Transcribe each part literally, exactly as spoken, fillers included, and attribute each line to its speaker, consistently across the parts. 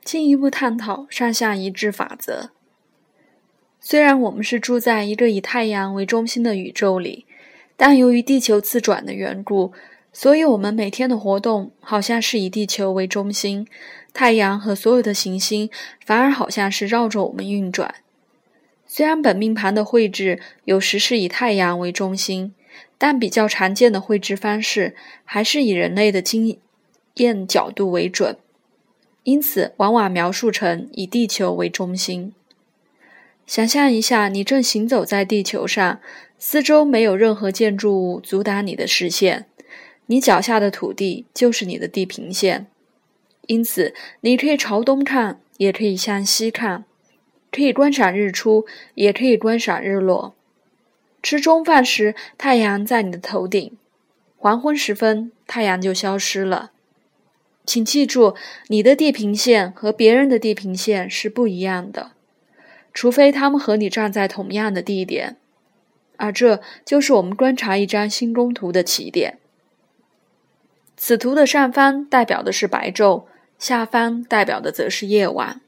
Speaker 1: 进一步探讨上下一致法则。虽然我们是住在一个以太阳为中心的宇宙里，但由于地球自转的缘故，所以我们每天的活动好像是以地球为中心，太阳和所有的行星反而好像是绕着我们运转。虽然本命盘的绘制有时是以太阳为中心，但比较常见的绘制方式还是以人类的经验角度为准，因此往往描述成以地球为中心。想象一下，你正行走在地球上，四周没有任何建筑物阻挡你的视线，你脚下的土地就是你的地平线。因此你可以朝东看，也可以向西看，可以观赏日出，也可以观赏日落。吃中饭时，太阳在你的头顶，黄昏时分，太阳就消失了。请记住，你的地平线和别人的地平线是不一样的，除非他们和你站在同样的地点，而这就是我们观察一张星空图的起点。此图的上方代表的是白昼，下方代表的则是夜晚。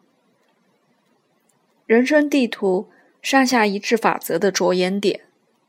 Speaker 1: 人生地图上下一致法则的着眼点。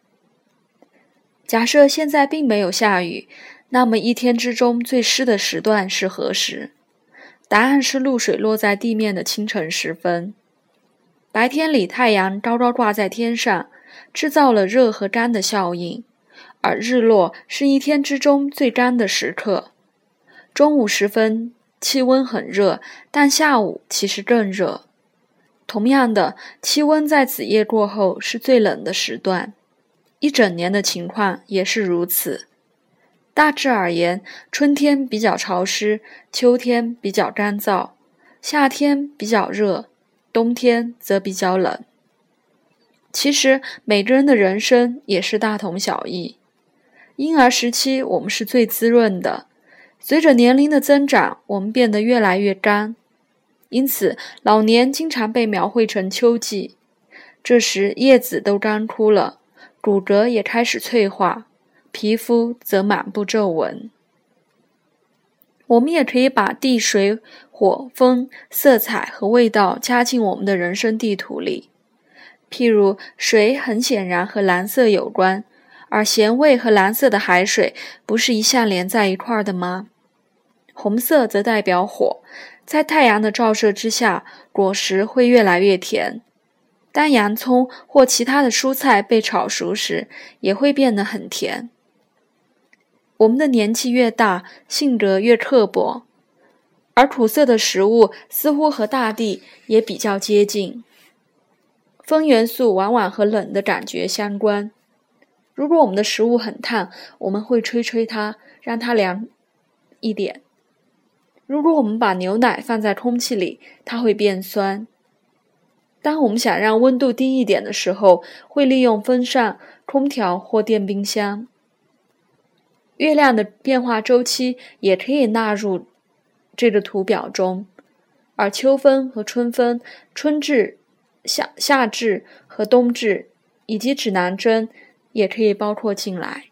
Speaker 1: 假设现在并没有下雨，那么一天之中最湿的时段是何时？答案是露水落在地面的清晨时分。白天里太阳高高挂在天上，制造了热和干的效应，而日落是一天之中最干的时刻。中午时分气温很热，但下午其实更热。同样的，气温在子夜过后是最冷的时段，一整年的情况也是如此。大致而言，春天比较潮湿，秋天比较干燥，夏天比较热，冬天则比较冷。其实每个人的人生也是大同小异。婴儿时期我们是最滋润的，随着年龄的增长，我们变得越来越干，因此老年经常被描绘成秋季。这时叶子都干枯了，骨骼也开始脆化，皮肤则满布皱纹。我们也可以把地水火风色彩和味道加进我们的人生地图里。譬如水很显然和蓝色有关，而咸味和蓝色的海水不是一向连在一块儿的吗？红色则代表火，在太阳的照射之下，果实会越来越甜。当洋葱或其他的蔬菜被炒熟时，也会变得很甜。我们的年纪越大，性格越刻薄，而苦涩的食物似乎和大地也比较接近。风元素往往和冷的感觉相关。如果我们的食物很烫，我们会吹吹它，让它凉一点。如果我们把牛奶放在空气里，它会变酸。当我们想让温度低一点的时候，会利用风扇、空调或电冰箱。月亮的变化周期也可以纳入这个图表中，而秋分和春分、春至、夏夏至和冬至，以及指南针也可以包括进来。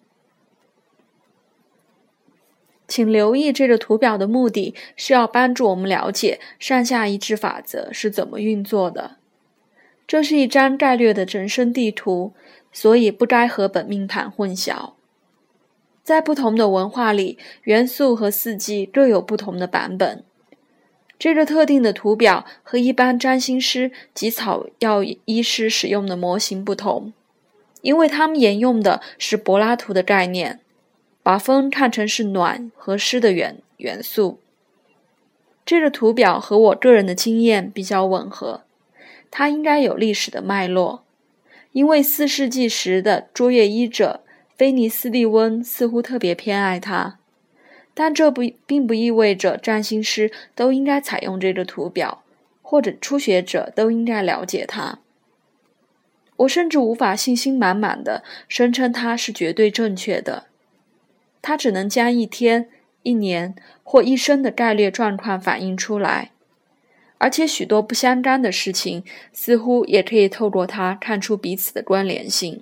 Speaker 1: 请留意，这个图表的目的是要帮助我们了解上下一致法则是怎么运作的。这是一张概略的人生地图，所以不该和本命盘混淆。在不同的文化里，元素和四季各有不同的版本。这个特定的图表和一般占星师及草药医师使用的模型不同，因为他们沿用的是柏拉图的概念，把风看成是暖和湿的元元素。这个图表和我个人的经验比较吻合，它应该有历史的脉络，因为四世纪时的卓越医者菲尼斯利温似乎特别偏爱它，但这不并不意味着占星师都应该采用这个图表，或者初学者都应该了解它。我甚至无法信心满满地声称它是绝对正确的，它只能将一天、一年或一生的概率状况反映出来，而且许多不相干的事情似乎也可以透过它看出彼此的关联性。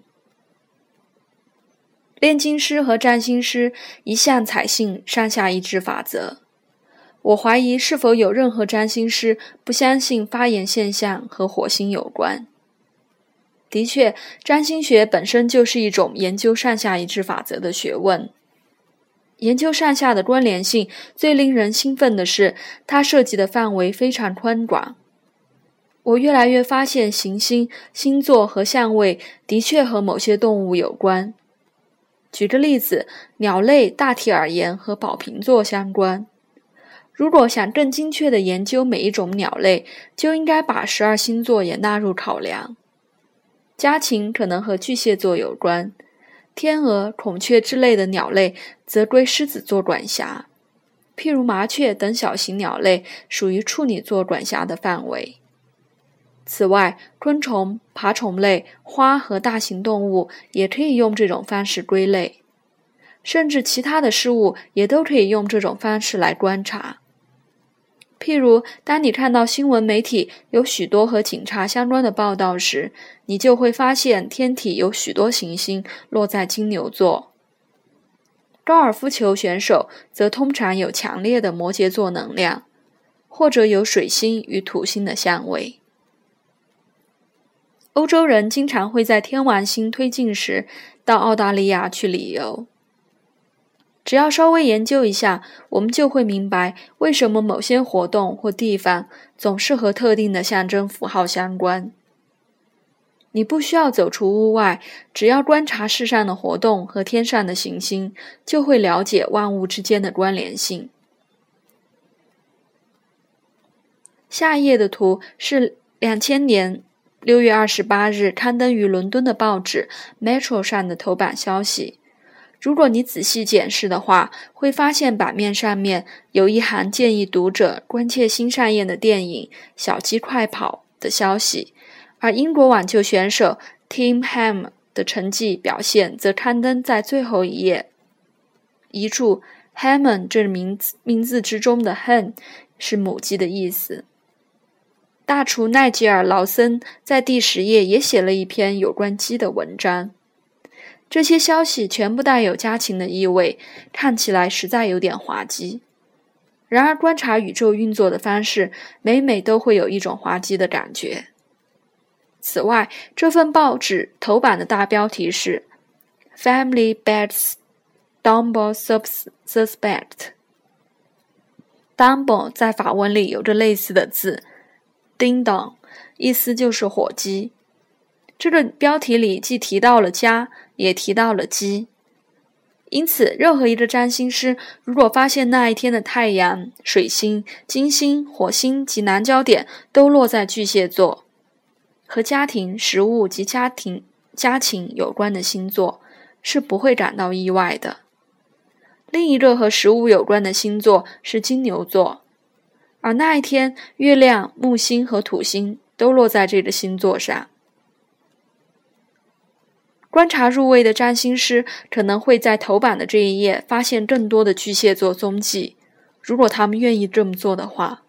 Speaker 1: 炼金师和占星师一向采信上下一致法则。 我怀疑是否有任何占星师不相信发炎现象和火星有关。的确，占星学本身就是一种研究上下一致法则的学问。研究上下的关联性最令人兴奋的是，它涉及的范围非常宽广。我越来越发现行星、星座和相位的确和某些动物有关。举个例子，鸟类大体而言和宝瓶座相关。如果想更精确地研究每一种鸟类，就应该把十二星座也纳入考量。家禽可能和巨蟹座有关，天鹅、孔雀之类的鸟类则归狮子座管辖，譬如麻雀等小型鸟类属于处女座管辖的范围。此外，昆虫、爬虫类、花和大型动物也可以用这种方式归类，甚至其他的事物也都可以用这种方式来观察。譬如，当你看到新闻媒体有许多和警察相关的报道时，你就会发现天体有许多行星落在金牛座。高尔夫球选手则通常有强烈的摩羯座能量，或者有水星与土星的相位。欧洲人经常会在天王星推进时到澳大利亚去旅游。只要稍微研究一下，我们就会明白为什么某些活动或地方总是和特定的象征符号相关。你不需要走出屋外，只要观察世上的活动和天上的行星，就会了解万物之间的关联性。下一页的图是两千年六月二十八日刊登于伦敦的报纸 Metro 上的头版消息。如果你仔细检视的话，会发现版面上面有一行建议读者关切新上映的电影《小鸡快跑》的消息，而英国网球选手 Tim Ham 的成绩表现则刊登在最后一页。一注 Hammond 这名字名字之中的 hen 是母鸡的意思。大厨奈吉尔·劳森在第十页也写了一篇有关鸡的文章。这些消息全部带有家禽的意味，看起来实在有点滑稽。然而观察宇宙运作的方式，每每都会有一种滑稽的感觉。此外，这份报纸头版的大标题是 Family Bets Dumbo Suspect。 Dumbo 在法文里有着类似的字 Ding Dong， 意思就是火鸡。这个标题里既提到了家，也提到了鸡。因此，任何一个占星师如果发现那一天的太阳、水星、金星、火星及南焦点都落在巨蟹座，和家庭、食物及家庭、家禽有关的星座，是不会感到意外的。另一个和食物有关的星座是金牛座，而那一天，月亮、木星和土星都落在这个星座上。观察入位的占星师可能会在头版的这一页发现更多的巨蟹座踪迹，如果他们愿意这么做的话。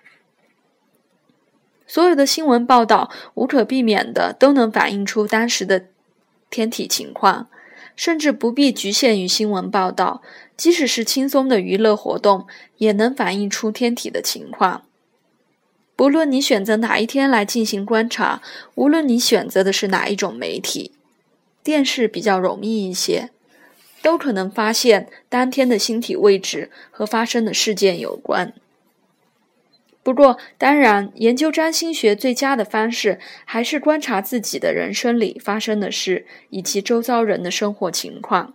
Speaker 1: 所有的新闻报道无可避免的都能反映出当时的天体情况，甚至不必局限于新闻报道，即使是轻松的娱乐活动也能反映出天体的情况。不论你选择哪一天来进行观察，无论你选择的是哪一种媒体，电视比较容易一些，都可能发现当天的星体位置和发生的事件有关。不过，当然，研究占星学最佳的方式还是观察自己的人生里发生的事，以及周遭人的生活情况。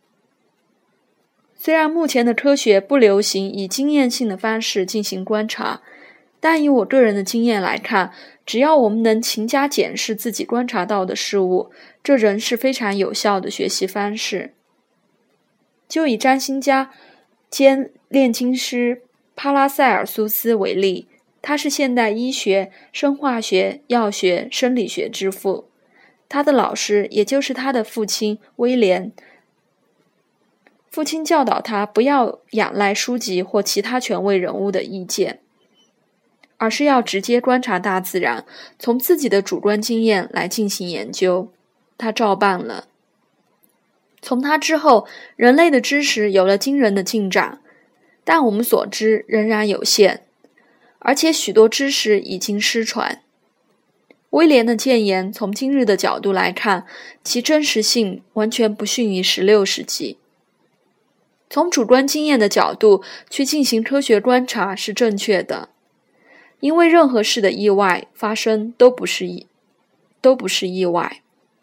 Speaker 1: 虽然目前的科学不流行以经验性的方式进行观察，但以我个人的经验来看，只要我们能勤加检视自己观察到的事物，这仍是非常有效的学习方式。就以占星家兼炼金师帕拉塞尔苏斯为例，他是现代医学、生化学、药学、生理学之父。他的老师，也就是他的父亲威廉，父亲教导他不要仰赖书籍或其他权威人物的意见，而是要直接观察大自然，从自己的主观经验来进行研究。他照办了。从他之后，人类的知识有了惊人的进展。 但我们所知仍然有限，而且许多知识已经失传。威廉的谏言从今日的角度来看，其真实性完全不逊于十六世纪。从主观经验的角度去进行科学观察是正确的，因为任何事的意外发生都不是意都不是意外。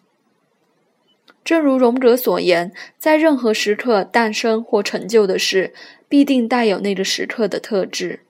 Speaker 1: 正如荣格所言，在任何时刻诞生或成就的事，必定带有那个时刻的特质。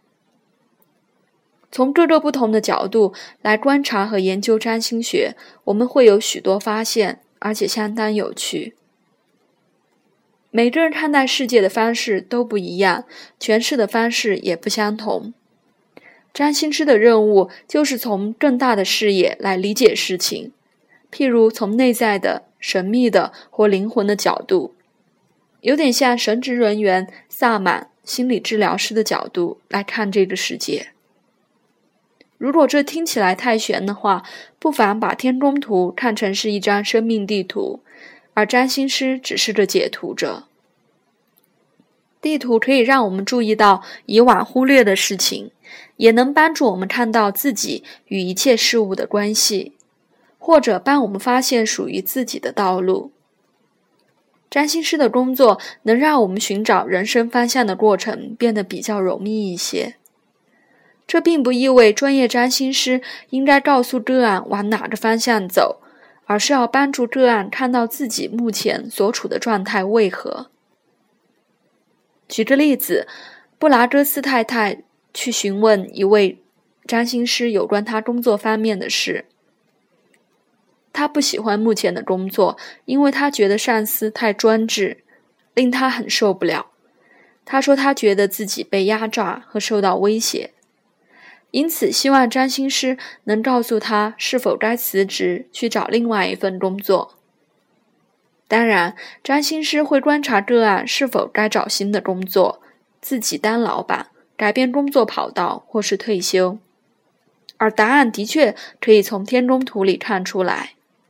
Speaker 1: 从各个不同的角度来观察和研究占星学，我们会有许多发现，而且相当有趣。每个人看待世界的方式都不一样，诠释的方式也不相同。占星师的任务就是从更大的视野来理解事情，譬如从内在的、神秘的或灵魂的角度，有点像神职人员、萨满、心理治疗师的角度来看这个世界。如果这听起来太玄的话，不妨把天宫图看成是一张生命地图，而占星师只是个解图者。地图可以让我们注意到以往忽略的事情，也能帮助我们看到自己与一切事物的关系，或者帮我们发现属于自己的道路。占星师的工作能让我们寻找人生方向的过程变得比较容易一些。这并不意味专业占星师应该告诉个案往哪个方向走，而是要帮助个案看到自己目前所处的状态为何。举个例子，布拉戈斯太太去询问一位占星师有关她工作方面的事。她不喜欢目前的工作，因为她觉得上司太专制，令她很受不了。她说她觉得自己被压榨和受到威胁，因此希望占星师能告诉她是否该辞职去找另外一份工作。当然，占星师会观察个案是否该找新的工作，自己当老板，改变工作跑道或是退休。而答案的确可以从天宫图里看出来。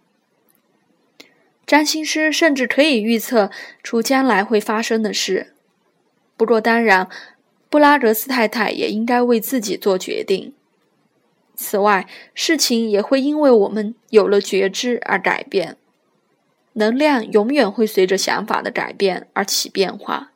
Speaker 1: 占星师甚至可以预测出将来会发生的事。不过当然，布拉格斯太太也应该为自己做决定。此外，事情也会因为我们有了觉知而改变。能量永远会随着想法的改变而起变化。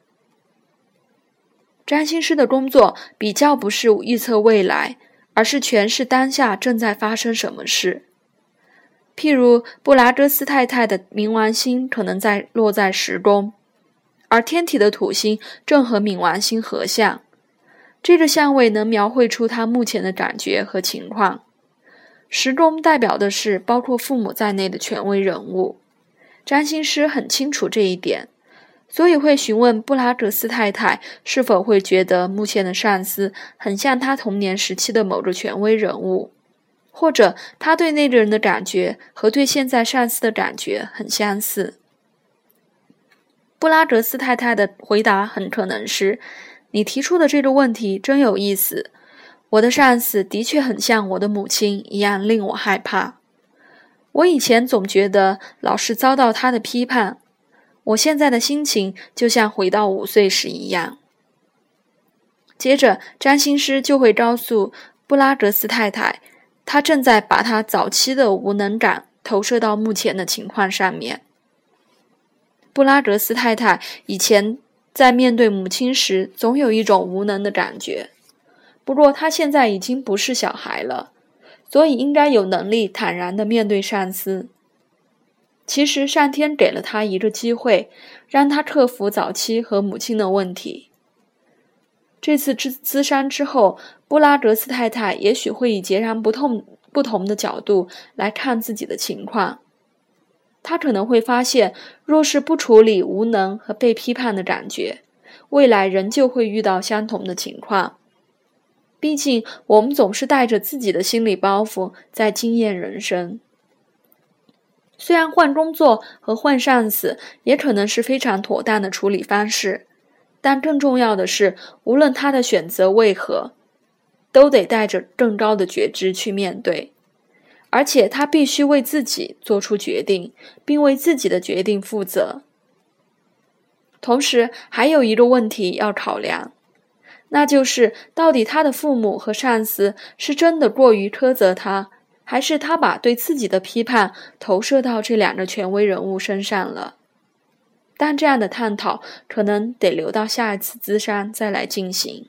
Speaker 1: 占星师的工作比较不是预测未来，而是诠释当下正在发生什么事。譬如布拉戈斯太太的冥王星可能在落在十宫，而天体的土星正和冥王星合相，这个相位能描绘出他目前的感觉和情况。十宫代表的是包括父母在内的权威人物，占星师很清楚这一点，所以会询问布拉格斯太太是否会觉得目前的上司很像他童年时期的某个权威人物，或者他对那个人的感觉和对现在上司的感觉很相似。布拉格斯太太的回答很可能是：你提出的这个问题真有意思，我的上司的确很像我的母亲一样令我害怕。我以前总觉得老是遭到他的批判，我现在的心情就像回到五岁时一样。接着，占星师就会告诉布拉格斯太太，他正在把他早期的无能感投射到目前的情况上面。布拉格斯太太以前在面对母亲时总有一种无能的感觉，不过她现在已经不是小孩了，所以应该有能力坦然地面对上司。其实上天给了他一个机会，让他克服早期和母亲的问题。这次咨商之后，布拉格斯太太也许会以截然不同不同的角度来看自己的情况。他可能会发现，若是不处理无能和被批判的感觉，未来仍旧会遇到相同的情况。毕竟我们总是带着自己的心理包袱在经验人生。虽然换工作和换上司也可能是非常妥当的处理方式，但更重要的是，无论他的选择为何，都得带着更高的觉知去面对。而且他必须为自己做出决定，并为自己的决定负责。 同时还有一个问题要考量，那就是到底他的父母和上司是真的过于苛责他，还是他把对自己的批判投射到这两个权威人物身上了。但这样的探讨可能得留到下一次咨商再来进行。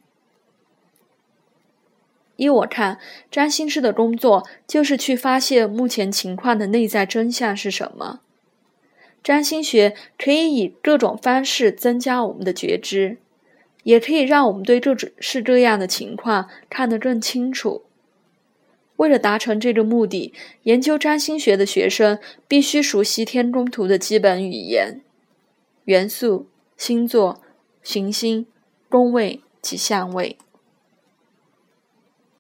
Speaker 1: 依我看，占星师的工作就是去发现目前情况的内在真相是什么。占星学可以以各种方式增加我们的觉知，也可以让我们对这是这样的情况看得更清楚。为了达成这个目的，研究占星学的学生必须熟悉天宫图的基本语言、元素、星座、行星、宫位及相位。